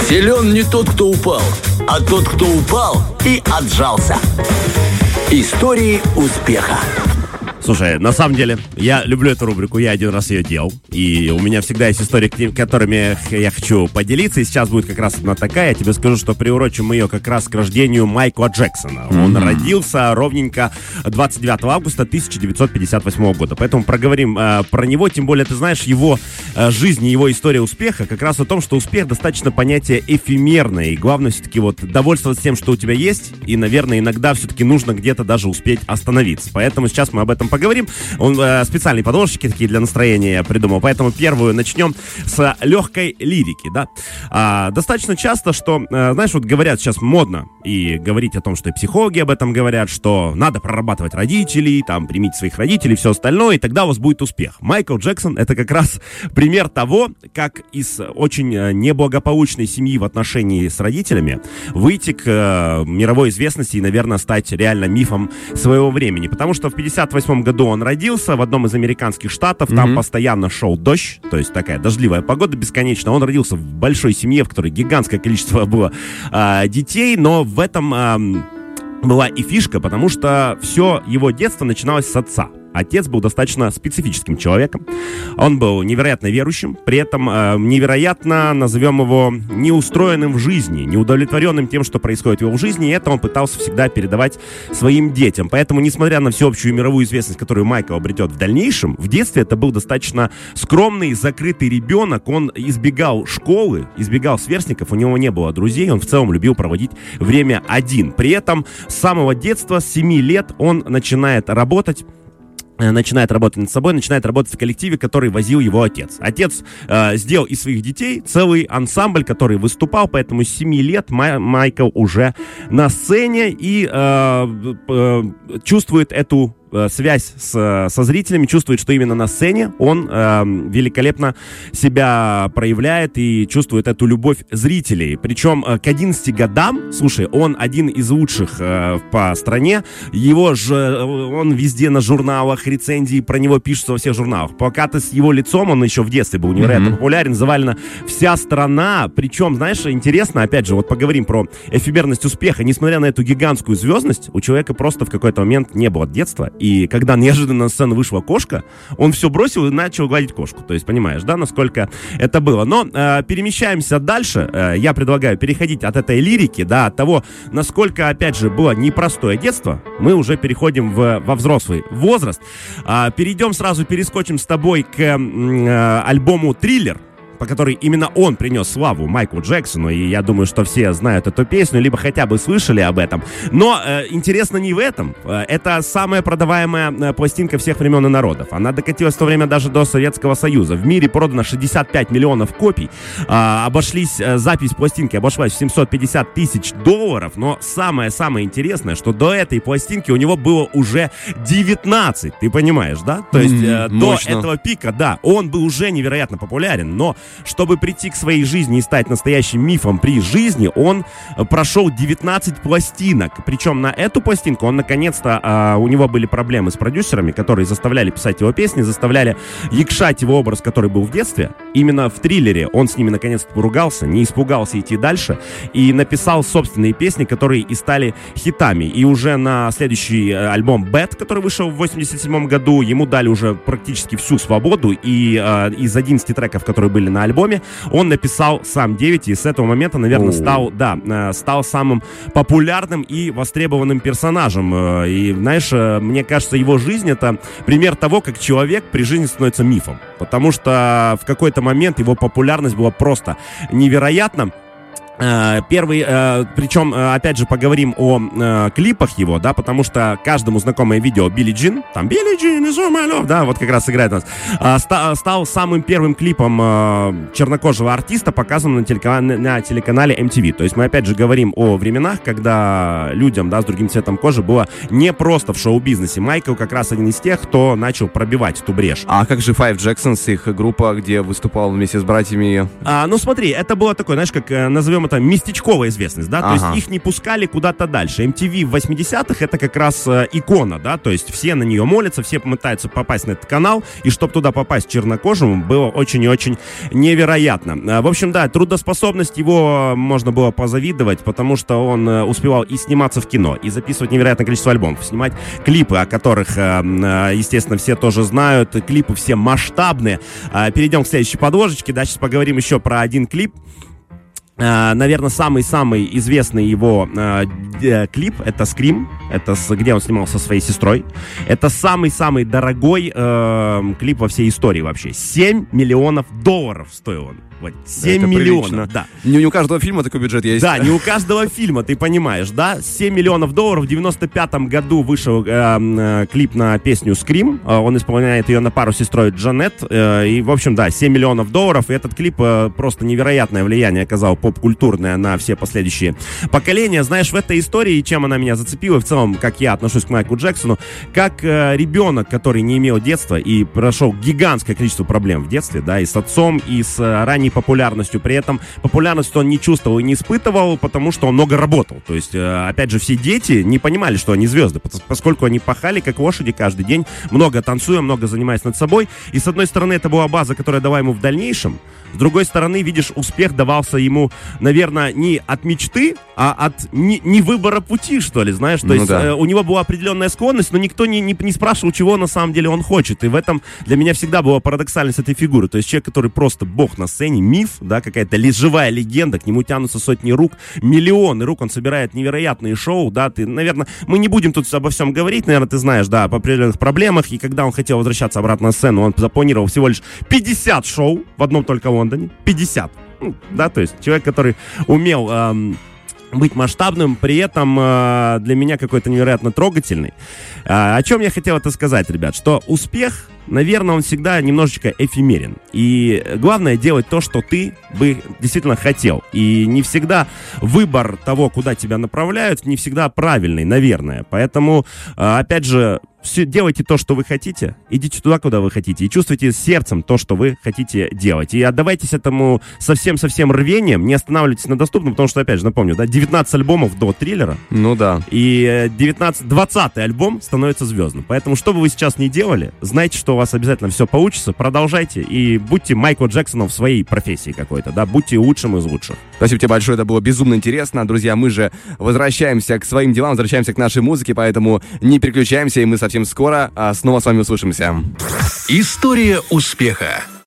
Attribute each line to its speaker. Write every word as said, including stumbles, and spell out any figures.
Speaker 1: Силен не тот, кто упал, а тот, кто упал и отжался. Истории успеха.
Speaker 2: Слушай, на самом деле, я люблю эту рубрику, я один раз ее делал, и у меня всегда есть истории, которыми я хочу поделиться, и сейчас будет как раз одна такая. Я тебе скажу, что приурочим мы ее как раз к рождению Майкла Джексона. Mm-hmm. Он родился ровненько двадцать девятого августа тысяча девятьсот пятьдесят восьмого года, поэтому проговорим э, про него, тем более, ты знаешь, его э, жизнь и его история успеха как раз о том, что успех достаточно понятие эфемерное, и главное все-таки вот довольствоваться тем, что у тебя есть, и, наверное, иногда все-таки нужно где-то даже успеть остановиться. Поэтому сейчас мы об этом поговорим. Он э, специальные подложечки такие для настроения я придумал. Поэтому первую начнем с легкой лирики, да. А, достаточно часто, что, э, знаешь, вот говорят сейчас модно и говорить о том, что и психологи об этом говорят, что надо прорабатывать родителей, там, примите своих родителей, все остальное, и тогда у вас будет успех. Майкл Джексон — это как раз пример того, как из очень неблагополучной семьи в отношении с родителями выйти к э, мировой известности и, наверное, стать реально мифом своего времени. Потому что в пятьдесят восьмом году он родился в одном из американских штатов, там mm-hmm. постоянно шел дождь, то есть такая дождливая погода бесконечно. Он родился в большой семье, в которой гигантское количество было э, детей, но в этом э, была и фишка, потому что все его детство начиналось с отца. Отец был достаточно специфическим человеком. Он был невероятно верующим, при этом э, невероятно, назовем его, неустроенным в жизни, неудовлетворенным тем, что происходит в его жизни, и это он пытался всегда передавать своим детям. Поэтому, несмотря на всеобщую мировую известность, которую Майкл обретет в дальнейшем, в детстве это был достаточно скромный, закрытый ребенок. Он избегал школы, избегал сверстников, у него не было друзей, он в целом любил проводить время один. При этом с самого детства, с семи лет, он начинает работать, начинает работать над собой, начинает работать в коллективе, который возил его отец. Отец э, сделал из своих детей целый ансамбль, который выступал, поэтому с семи лет Май- Майкл уже на сцене и э, э, чувствует эту связь с, со зрителями, чувствует, что именно на сцене он э, великолепно себя проявляет и чувствует эту любовь зрителей. Причем э, к одиннадцати годам, слушай, он один из лучших э, по стране, его же, он везде на журналах, рецензии про него пишутся во всех журналах. Плакаты с его лицом, он еще в детстве был невероятно mm-hmm. популярен, завалена вся страна. Причем, знаешь, интересно, опять же, вот поговорим про эфемерность успеха. Несмотря на эту гигантскую звездность, у человека просто в какой-то момент не было детства. И когда неожиданно на сцену вышла кошка, он все бросил и начал гладить кошку. То есть, понимаешь, да, насколько это было. Но э, перемещаемся дальше. Э, я предлагаю переходить от этой лирики, да, от того, насколько, опять же, было непростое детство, мы уже переходим в, во взрослый возраст. Э, перейдем сразу, перескочим с тобой к э, альбому «Триллер», по которой именно он принес славу Майклу Джексону, и я думаю, что все знают эту песню, либо хотя бы слышали об этом. Но э, интересно не в этом. Это самая продаваемая э, пластинка всех времен и народов. Она докатилась в то время даже до Советского Союза. В мире продано шестьдесят пять миллионов копий. Э, обошлись, э, запись пластинки обошлась в семьсот пятьдесят тысяч долларов, но самое-самое интересное, что до этой пластинки у него было уже девятнадцать, ты понимаешь, да? То есть э, до этого пика, да, он был уже невероятно популярен, но чтобы прийти к своей жизни и стать настоящим мифом при жизни, он прошел девятнадцать пластинок. Причем на эту пластинку он наконец-то, э, у него были проблемы с продюсерами, которые заставляли писать его песни, заставляли якшать его образ, который был в детстве. Именно в «Триллере» он с ними наконец-то поругался, не испугался идти дальше и написал собственные песни, которые и стали хитами. И уже на следующий альбом «Bad», который вышел в восемьдесят седьмом году, ему дали уже практически всю свободу, и э, из одиннадцати треков, которые были на альбоме, он написал сам девять, и с этого момента, наверное, стал, да, стал самым популярным и востребованным персонажем. И, знаешь, мне кажется, его жизнь — это пример того, как человек при жизни становится мифом. Потому что в какой-то момент его популярность была просто невероятна. Первый, причем, опять же, поговорим о э, клипах его, да, потому что каждому знакомое видео Билли Джин, там Билли Джин is all my love, да, вот как раз играет у нас, э, ста, стал самым первым клипом э, чернокожего артиста, показанным на, телекан, на телеканале эм ти ви. То есть мы опять же говорим о временах, когда людям, да, с другим цветом кожи было не просто в шоу-бизнесе. Майкл как раз один из тех, кто начал пробивать эту брешь.
Speaker 3: А как же Five Jacksons, их группа, где выступал вместе с братьями?
Speaker 2: А, ну смотри, это было такое, знаешь, как назовем назовем это местечковая известность, да,
Speaker 3: Ага.
Speaker 2: то есть их не пускали куда-то дальше. эм ти ви в восьмидесятых это как раз э, икона, да, то есть все на нее молятся, все пытаются попасть на этот канал, и чтобы туда попасть чернокожему, было очень и очень невероятно. А, в общем, да, трудоспособность его можно было позавидовать, потому что он э, успевал и сниматься в кино, и записывать невероятное количество альбомов, снимать клипы, о которых, э, э, естественно, все тоже знают, клипы все масштабные. А, перейдем к следующей подложечке, да, сейчас поговорим еще про один клип. Uh, наверное, самый-самый известный его uh, д- клип — это «Скрим», это с, где он снимался со своей сестрой. Это самый-самый дорогой uh, клип во всей истории вообще. семь миллионов долларов стоил он. Вот, семь
Speaker 3: Это
Speaker 2: миллионов,
Speaker 3: прилично.
Speaker 2: да.
Speaker 3: Не, не у каждого фильма такой бюджет есть.
Speaker 2: Да, не у каждого фильма, ты понимаешь, да? семь миллионов долларов. В девяносто пятом году вышел э, э, клип на песню «Скрим». Э, он исполняет ее на пару с сестрой Джанет. Э, и, в общем, да, семь миллионов долларов. И этот клип э, просто невероятное влияние оказал поп-культурное на все последующие поколения. Знаешь, в этой истории, чем она меня зацепила, в целом, как я отношусь к Майклу Джексону, как э, ребенок, который не имел детства и прошел гигантское количество проблем в детстве, да, и с отцом, и с э, ранней популярностью. При этом популярность он не чувствовал и не испытывал, потому что он много работал. То есть, э, опять же, все дети не понимали, что они звезды, поскольку они пахали как лошади каждый день, много танцуя, много занимаясь над собой. И, с одной стороны, это была база, которая дала ему в дальнейшем. С другой стороны, видишь, успех давался ему, наверное, не от мечты, а от не, не выбора пути, что ли, знаешь. То
Speaker 3: ну
Speaker 2: есть
Speaker 3: да.
Speaker 2: э, у него была определенная склонность, но никто не, не, не спрашивал, чего на самом деле он хочет. И в этом для меня всегда была парадоксальность этой фигуры. То есть человек, который просто бог на сцене, миф, да, какая-то ли, живая легенда, к нему тянутся сотни рук, миллионы рук, он собирает невероятные шоу, да, ты, наверное, мы не будем тут обо всем говорить, наверное, ты знаешь, да, по определенных проблемах, и когда он хотел возвращаться обратно на сцену, он запланировал всего лишь пятьдесят шоу в одном только Лондоне, пятьдесят, ну, да, то есть человек, который умел... Эм, быть масштабным, при этом э, для меня какой-то невероятно трогательный. Э, о чем я хотел это сказать, ребят, что успех, наверное, он всегда немножечко эфемерен. И главное делать то, что ты бы действительно хотел. И не всегда выбор того, куда тебя направляют, не всегда правильный, наверное. Поэтому, э, опять же, все, делайте то, что вы хотите, идите туда, куда вы хотите, и чувствуйте сердцем то, что вы хотите делать. И отдавайтесь этому совсем-совсем рвением, не останавливайтесь на доступном, потому что, опять же, напомню, да, девятнадцать альбомов до «Триллера»,
Speaker 3: ну да.
Speaker 2: и девятнадцать, двадцатый альбом становится звездным. Поэтому, что бы вы сейчас ни делали, знайте, что у вас обязательно все получится, продолжайте и будьте Майклом Джексоном в своей профессии какой-то, да, будьте лучшим из лучших.
Speaker 3: Спасибо тебе большое, это было безумно интересно. Друзья, мы же возвращаемся к своим делам, возвращаемся к нашей музыке, поэтому не переключаемся, и мы совсем скоро а, снова с вами услышимся.
Speaker 1: История успеха.